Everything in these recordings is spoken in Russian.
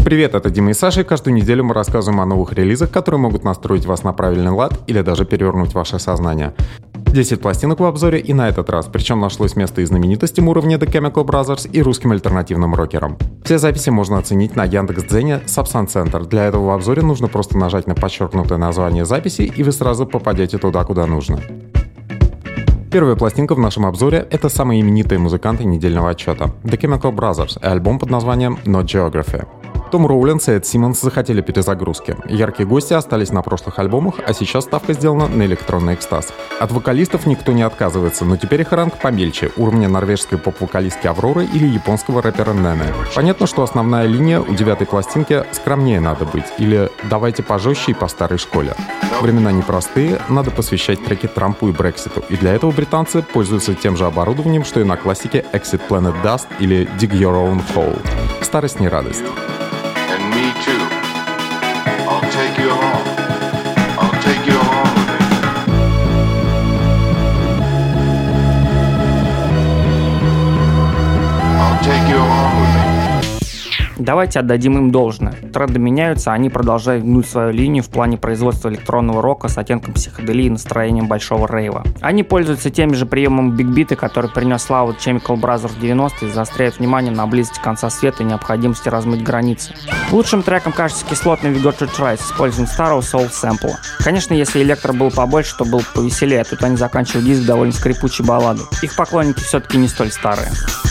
Привет, это Дима и Саша, и каждую неделю мы рассказываем о новых релизах, которые могут настроить вас на правильный лад или даже перевернуть ваше сознание. 10 пластинок в обзоре и на этот раз, причем нашлось место и знаменитостям уровня The Chemical Brothers, и русским альтернативным рокерам. Все записи можно оценить на Яндекс.Дзене Subsun Center. Для этого в обзоре нужно просто нажать на подчеркнутое название записи, и вы сразу попадете туда, куда нужно. Первая пластинка в нашем обзоре — это самые именитые музыканты недельного отчета — The Chemical Brothers и альбом под названием No Geography. Том Роулинс и Эд Симмонс захотели перезагрузки. Яркие гости остались на прошлых альбомах, а сейчас ставка сделана на электронный экстаз. От вокалистов никто не отказывается, но теперь их ранг помельче, уровня норвежской поп-вокалистки Авроры или японского рэпера Нене. Понятно, что основная линия у девятой пластинки «Скромнее надо быть» или «Давайте пожестче и по старой школе». Времена непростые, надо посвящать треки Трампу и Брекситу, и для этого британцы пользуются тем же оборудованием, что и на классике Exit Planet Dust или Dig Your Own Hole. Старость не радость. Me too. I'll take you along. I'll take you along with me. I'll take you along with me. Давайте отдадим им должное. Тренды меняются, а они продолжают гнуть свою линию в плане производства электронного рока с оттенком психоделии и настроением большого рейва. Они пользуются теми же приемами биг-бита, который принес славу Chemical Brothers в 90-е, и заостряют внимание на близости конца света и необходимости размыть границы. Лучшим треком кажется кислотный We Got to Try с использованием старого соул-сэмпла. Конечно, если электро был побольше, то был повеселее, а тут они заканчивают диск довольно скрипучей балладой. Их поклонники все-таки не столь старые.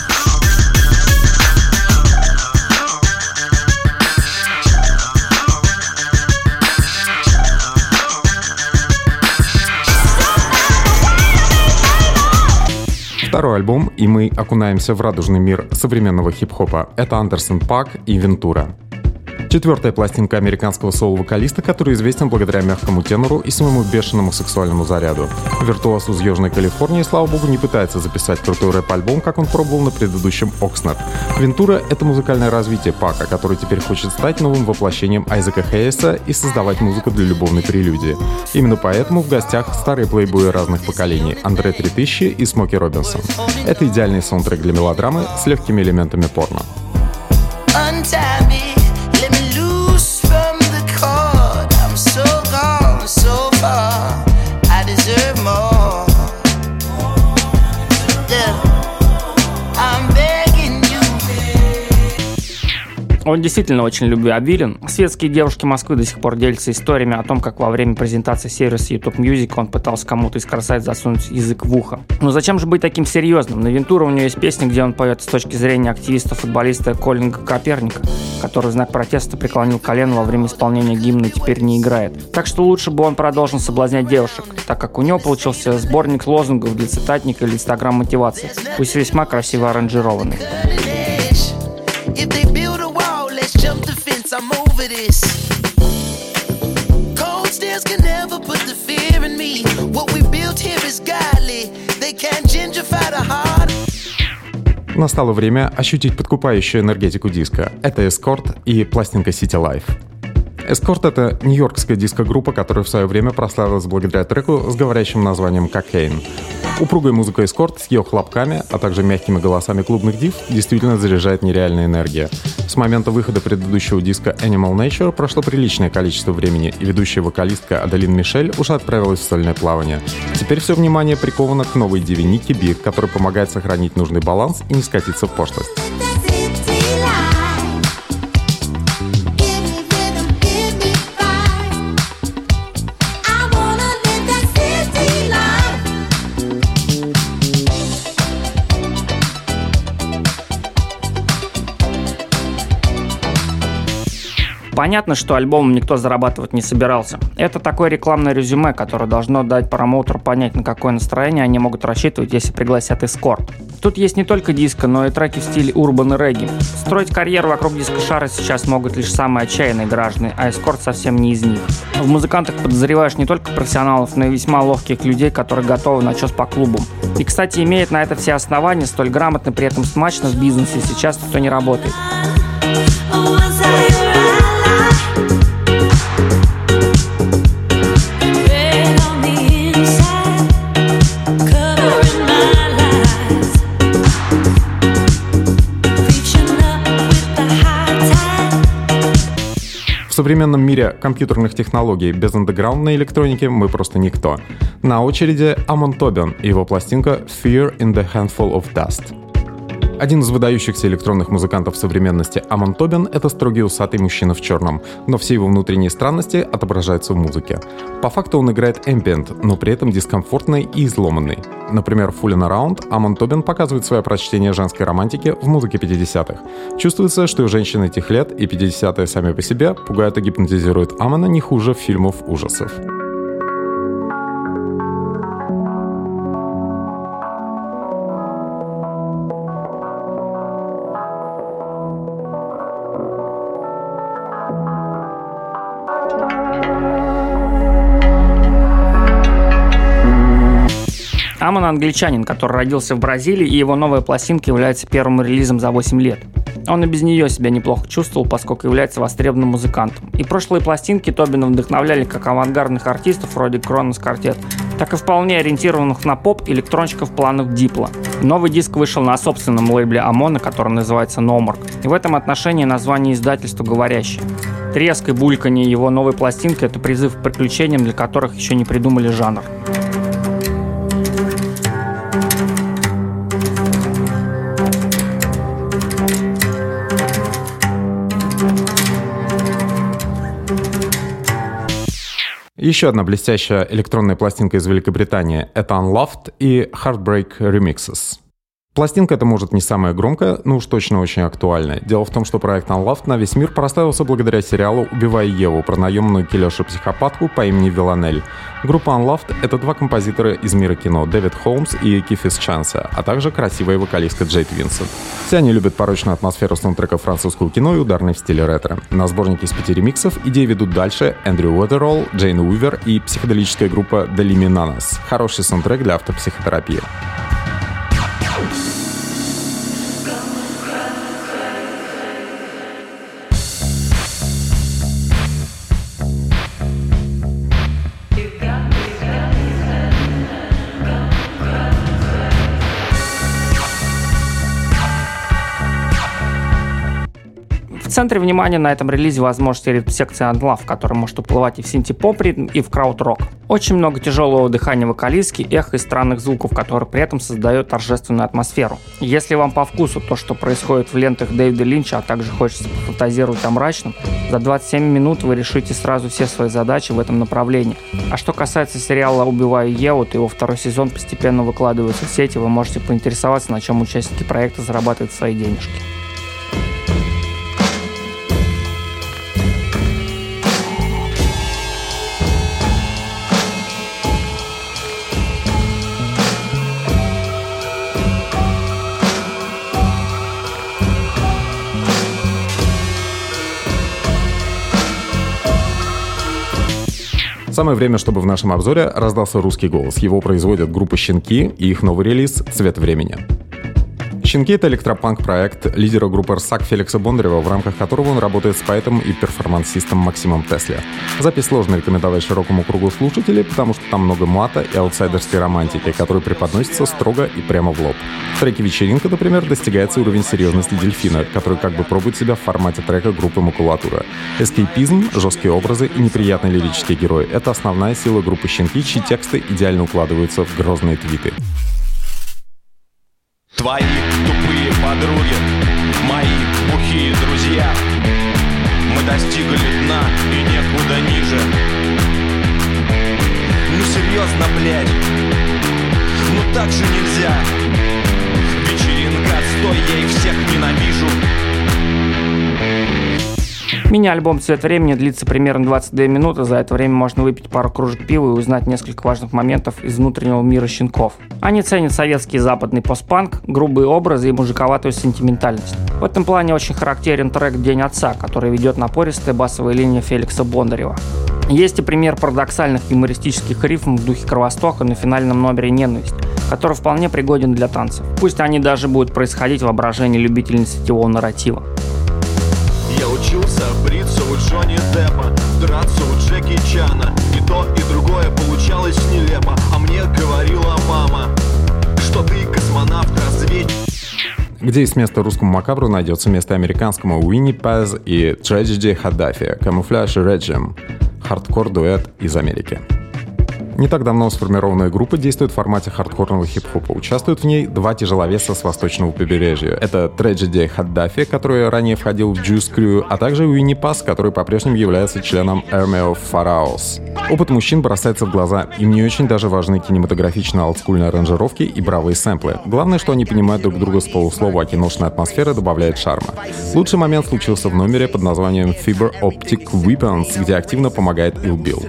Второй альбом, и мы окунаемся в радужный мир современного хип-хопа. Это Андерсон .Paak и Вентура. Четвертая пластинка американского соул-вокалиста, который известен благодаря мягкому тенору и своему бешеному сексуальному заряду. Виртуоз из Южной Калифорнии, слава богу, не пытается записать крутой рэп-альбом, как он пробовал на предыдущем Oxnard. Вентура — это музыкальное развитие Пака, который теперь хочет стать новым воплощением Айзека Хейеса и создавать музыку для любовной прелюдии. Именно поэтому в гостях старые плейбои разных поколений — Андре 3000 и Смоки Робинсон. Это идеальный саундтрек для мелодрамы с легкими элементами порно. Он действительно очень любвеобилен. Светские девушки Москвы до сих пор делятся историями о том, как во время презентации сервиса YouTube Music он пытался кому-то из красавиц засунуть язык в ухо. Но зачем же быть таким серьезным? На Вентура у него есть песня, где он поет с точки зрения активиста-футболиста Коллинга Коперника, который в знак протеста преклонил колено во время исполнения гимна и теперь не играет. Так что лучше бы он продолжил соблазнять девушек, так как у него получился сборник лозунгов для цитатника или инстаграм-мотивации, пусть весьма красиво аранжированный. Jump the fence, I'm over this. Cold stairs can never put the fear in me. What we built here is godly. They can't gentrify the heart. Настало время ощутить подкупающую энергетику диска. Это Escort и пластинка City Life. Escort — это нью-йоркская диско-группа, которая в свое время прославилась благодаря треку с говорящим названием «Cocaine». Упругая музыка Escort с ее хлопками, а также мягкими голосами клубных див действительно заряжает нереальной энергией. С момента выхода предыдущего диска Animal Nature прошло приличное количество времени, и ведущая вокалистка Адалин Мишель уже отправилась в сольное плавание. Теперь все внимание приковано к новой диве Никки Би, которая помогает сохранить нужный баланс и не скатиться в пошлость. Понятно, что альбомом никто зарабатывать не собирался. Это такое рекламное резюме, которое должно дать промоутеру понять, на какое настроение они могут рассчитывать, если пригласят Escort. Тут есть не только диско, но и треки в стиле урбан и регги. Строить карьеру вокруг диско-шара сейчас могут лишь самые отчаянные граждане, а Escort совсем не из них. В музыкантах подозреваешь не только профессионалов, но и весьма ловких людей, которые готовы на чёс по клубам. И, кстати, имеет на это все основания, столь грамотно, при этом смачно в бизнесе сейчас никто не работает. современном мире компьютерных технологий без андеграундной электроники мы просто никто. На очереди Амон Тобин и его пластинка «Fear in the Handful of Dust». Один из выдающихся электронных музыкантов современности Амон Тобин — это строгий усатый мужчина в черном, но все его внутренние странности отображаются в музыке. По факту он играет эмбиент, но при этом дискомфортный и изломанный. Например, в «Fooling Around» Амон Тобин показывает свое прочтение женской романтики в музыке 50-х. Чувствуется, что и женщины этих лет, и 50-е сами по себе пугают и гипнотизируют Амона не хуже фильмов ужасов. Амон — англичанин, который родился в Бразилии, и его новая пластинка является первым релизом за 8 лет. Он и без нее себя неплохо чувствовал, поскольку является востребованным музыкантом. И прошлые пластинки Тобина вдохновляли как авангардных артистов вроде Кронос Квартет, так и вполне ориентированных на поп электронщиков планов Дипла. Новый диск вышел на собственном лейбле Амона, который называется No Mark. И в этом отношении название издательства говорящее. Треск и бульканье его новой пластинки — это призыв к приключениям, для которых еще не придумали жанр. Еще одна блестящая электронная пластинка из Великобритании — это Unloved и Heartbreak Remixes. Пластинка эта, может, не самая громкая, но уж точно очень актуальная. Дело в том, что проект Unloved на весь мир прославился благодаря сериалу «Убивая Еву» про наемную киллершу-психопатку по имени Виланель. Группа Unloved — это два композитора из мира кино — Дэвид Холмс и Кифис Чансе, а также красивая вокалистка Джейд Винсент. Все они любят порочную атмосферу саундтрека французского кино и ударный в стиле ретро. На сборнике из 5 ремиксов идеи ведут дальше Эндрю Уотеролл, Джейн Уивер и психоделическая группа The Liminanas. Хороший саундтрек для автопсихотерапии. В центре внимания на этом релизе возможности ритм-секции Unloved, которая может уплывать и в синти-поп ритм, и в крауд-рок. Очень много тяжелого дыхания вокалистки, эхо и странных звуков, которые при этом создают торжественную атмосферу. Если вам по вкусу то, что происходит в лентах Дэвида Линча, а также хочется пофантазировать о мрачном, за 27 минут вы решите сразу все свои задачи в этом направлении. А что касается сериала «Убивая Еву», то его второй сезон постепенно выкладывается в сети, вы можете поинтересоваться, на чем участники проекта зарабатывают свои денежки. Самое время, чтобы в нашем обзоре раздался русский голос. Его производят группа «Щенки» и их новый релиз «Цвет времени». «Щенки» — это электропанк-проект лидера группы «Рсак» Феликса Бондарева, в рамках которого он работает с поэтом и перформансистом Максимом Тесли. Запись сложно рекомендовать широкому кругу слушателей, потому что там много мата и аутсайдерской романтики, которые преподносятся строго и прямо в лоб. В треке «Вечеринка», например, достигается уровень серьезности «Дельфина», который как бы пробует себя в формате трека группы «Макулатура». Эскейпизм, жесткие образы и неприятные лирические герои — это основная сила группы «Щенки», чьи тексты идеально укладываются в грозные твиты. Твои тупые подруги, мои бухие друзья. Мы достигли дна и некуда ниже. Ну серьезно, блядь, ну так же нельзя. Вечеринка, отстой, я их всех ненавижу. Мини-альбом «Цвет времени» длится примерно 22 минуты. За это время можно выпить пару кружек пива и узнать несколько важных моментов из внутреннего мира щенков. Они ценят советский и западный постпанк, грубые образы и мужиковатую сентиментальность. В этом плане очень характерен трек «День отца», который ведет напористая басовая линия Феликса Бондарева. Есть и пример парадоксальных юмористических рифмов в духе Кровостока на финальном номере «Ненависть», который вполне пригоден для танцев. Пусть они даже будут происходить в воображении любительниц сетевого нарратива. Я учился бриться у Джонни Деппа, драться у Джеки Чана. И то, и другое получалось нелепо. А мне говорила мама, что ты космонавт-разведчик. где из места русскому макабру найдется место американскому Winnie Paz и Tragedy Khadafi, Camouflage Regime, хардкор-дуэт из Америки. Не так давно сформированная группа действует в формате хардкорного хип-хопа. Участвуют в ней два тяжеловеса с восточного побережья. Это Tragedy Khadafi, который ранее входил в Juice Crew, а также Winnie Paz, который по-прежнему является членом Army of Pharaohs. Опыт мужчин бросается в глаза. Им не очень даже важны кинематографичные олдскульные аранжировки и бравые сэмплы. Главное, что они понимают друг друга с полуслова, а киношная атмосфера добавляет шарма. Лучший момент случился в номере под названием Fiber Optic Weapons, где активно помогает Ill Bill.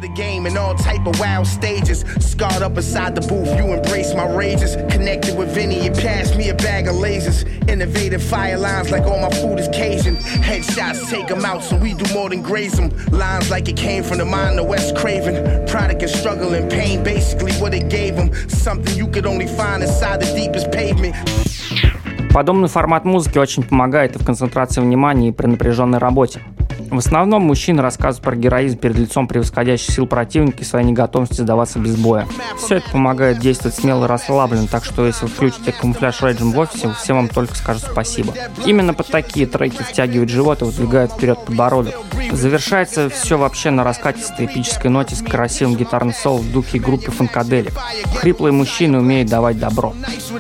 Scarred up inside the booth, you embrace my rages. Connected with Vinny, you passed me a bag of lasers. Innovative fire lines like all my food is Cajun. Headshots take them out, so we do more than graze them. Lines like it came from the mind of Wes Craven. Product and struggle and pain, basically what it gave them. Something you could only find inside the deepest pavement. Подобный формат музыки очень помогает и в концентрации внимания, и при напряженной работе. В основном мужчины рассказывают про героизм перед лицом превосходящих сил противника и своей неготовности сдаваться без боя. Все это помогает действовать смело и расслабленно, так что если вы включите Camouflage Regime в офисе, все вам только скажут спасибо. Именно под такие треки втягивает живот и выдвигает вперед подбородок. Завершается все вообще на раскатистой эпической ноте с красивым гитарным соло в духе группы Funkadelic. Хриплые мужчины умеют давать добро.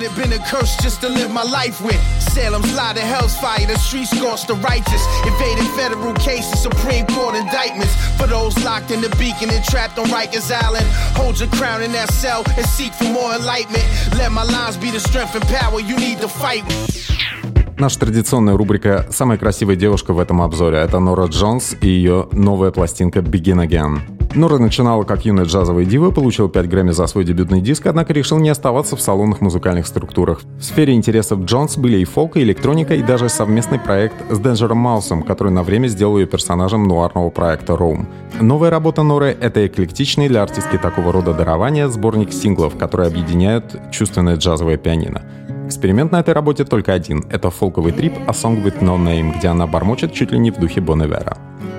Supreme Court indictments for those locked in the beacon and trapped on Rikers Island. Hold your crown in that cell and seek for more enlightenment. Let my lines be the strength and power you need to fight. Наша традиционная рубрика «Самая красивая девушка» в этом обзоре — это Нора Джонс и ее новая пластинка «Begin Again». Нора начинала как юная джазовая дива, получила 5 Грэмми за свой дебютный диск, однако решил не оставаться в салонных музыкальных структурах. В сфере интересов Джонс были и фолк, и электроника, и даже совместный проект с Дэнджером Маусом, который на время сделал ее персонажем нуарного проекта «Роум». Новая работа Норы — это эклектичный для артистки такого рода дарования сборник синглов, которые объединяют чувственное джазовое пианино. Эксперимент на этой работе только один — это фолковый трип «A Song With No Name», где она бормочет чуть ли не в духе Бон Ивера.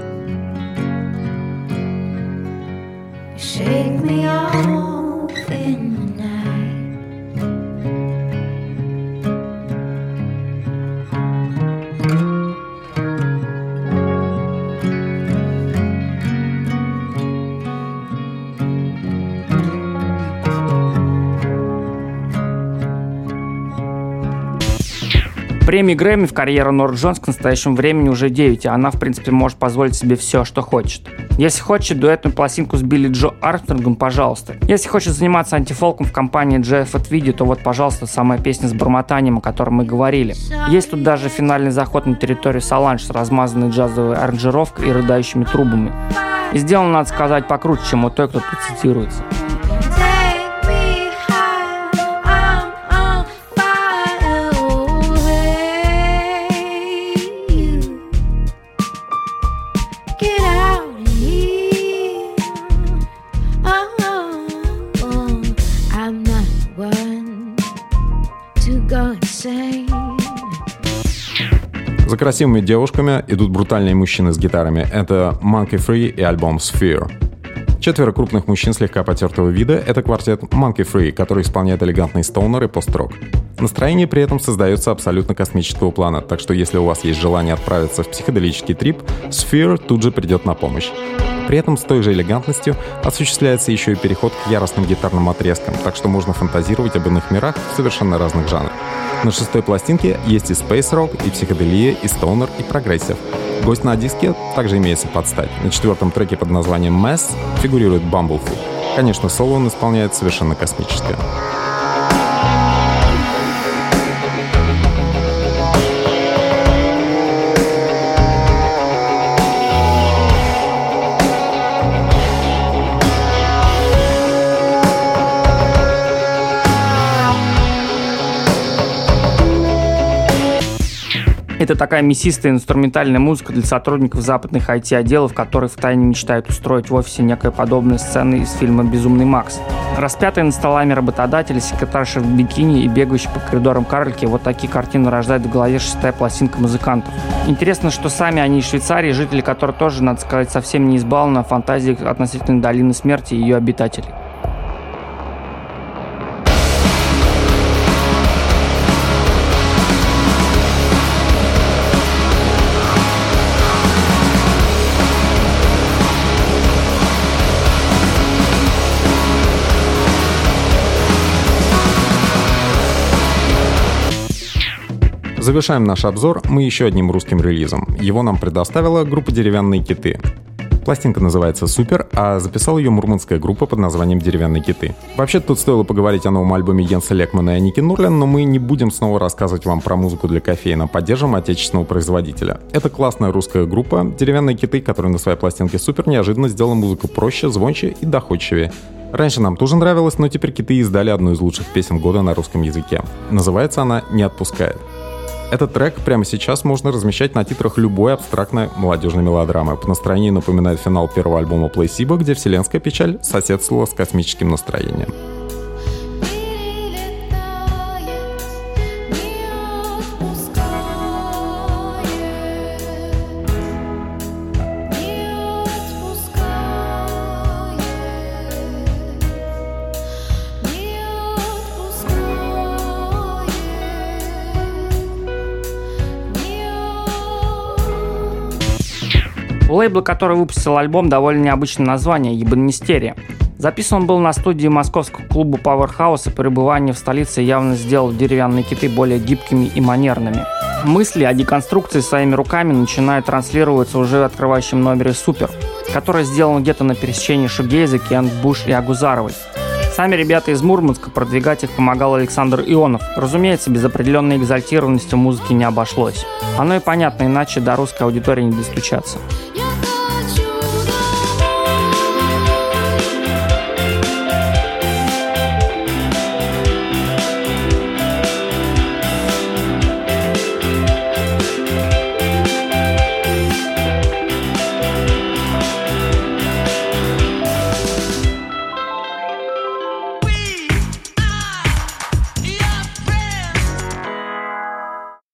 Shake me off in the Премии Грэмми в карьеру Норы Джонс к настоящему времени уже 9, и она, в принципе, может позволить себе все, что хочет. Если хочет дуэтную пластинку с Билли Джо Армстронгом, пожалуйста. Если хочет заниматься антифолком в компании Jeff at Video, то вот, пожалуйста, самая песня с бормотанием, о которой мы говорили. Есть тут даже финальный заход на территорию Solange с размазанной джазовой аранжировкой и рыдающими трубами. И сделано, надо сказать, покруче, чем у той, кто тут цитируется. За красивыми девушками идут брутальные мужчины с гитарами. Это Monkey Free и альбом Sphere. 4 крупных мужчин слегка потертого вида — это квартет Monkey Free, который исполняет элегантный стоунер и пост-рок. Настроение при этом создается абсолютно космического плана, так что если у вас есть желание отправиться в психоделический трип, Sphere тут же придет на помощь. При этом с той же элегантностью осуществляется еще и переход к яростным гитарным отрезкам, так что можно фантазировать об иных мирах в совершенно разных жанрах. На 6-й пластинке есть и Space Rock, и психоделия, и стоунер, и прогрессив. Гость на диске также имеется под стать. На 4-м треке под названием Mass фигурирует Bumblefoot. Конечно, соло он исполняет совершенно космическое. Это такая мясистая инструментальная музыка для сотрудников западных IT-отделов, которые втайне мечтают устроить в офисе некая подобная сцена из фильма «Безумный Макс». Распятые над столами работодатели, секретарши в бикини и бегающие по коридорам карлики — вот такие картины рождает в голове 6-я пластинка музыкантов. Интересно, что сами они из Швейцарии, жители которой тоже, надо сказать, совсем не избалованы фантазией относительно долины смерти и ее обитателей. Завершаем наш обзор мы еще одним русским релизом. Его нам предоставила группа «Деревянные киты». Пластинка называется «Супер», а записала ее мурманская группа под названием «Деревянные киты». Вообще тут стоило поговорить о новом альбоме Йенса Лекмана и Аники Нурлен, но мы не будем снова рассказывать вам про музыку для кофеина, поддержим отечественного производителя. Это классная русская группа «Деревянные киты», которая на своей пластинке «Супер» неожиданно сделала музыку проще, звонче и доходчивее. Раньше нам тоже нравилось, но теперь киты издали одну из лучших песен года на русском языке. Называется она «Не отпускает». Этот трек прямо сейчас можно размещать на титрах любой абстрактной молодежной мелодрамы. По настроению напоминает финал первого альбома Placebo, где вселенская печаль соседствовала с космическим настроением. У лейбла, который выпустил альбом, довольно необычное название – «Ебанистерия». Записан он был на студии московского клуба Powerhouse, и пребывание в столице явно сделало «Деревянные киты» более гибкими и манерными. Мысли о деконструкции своими руками начинают транслироваться уже в открывающем номере «Супер», который сделан где-то на пересечении шугейза, Кент Буш и Агузаровой. Сами ребята из Мурманска, продвигать их помогал Александр Ионов. Разумеется, без определенной экзальтированности музыки не обошлось. Оно и понятно, иначе до русской аудитории не достучаться.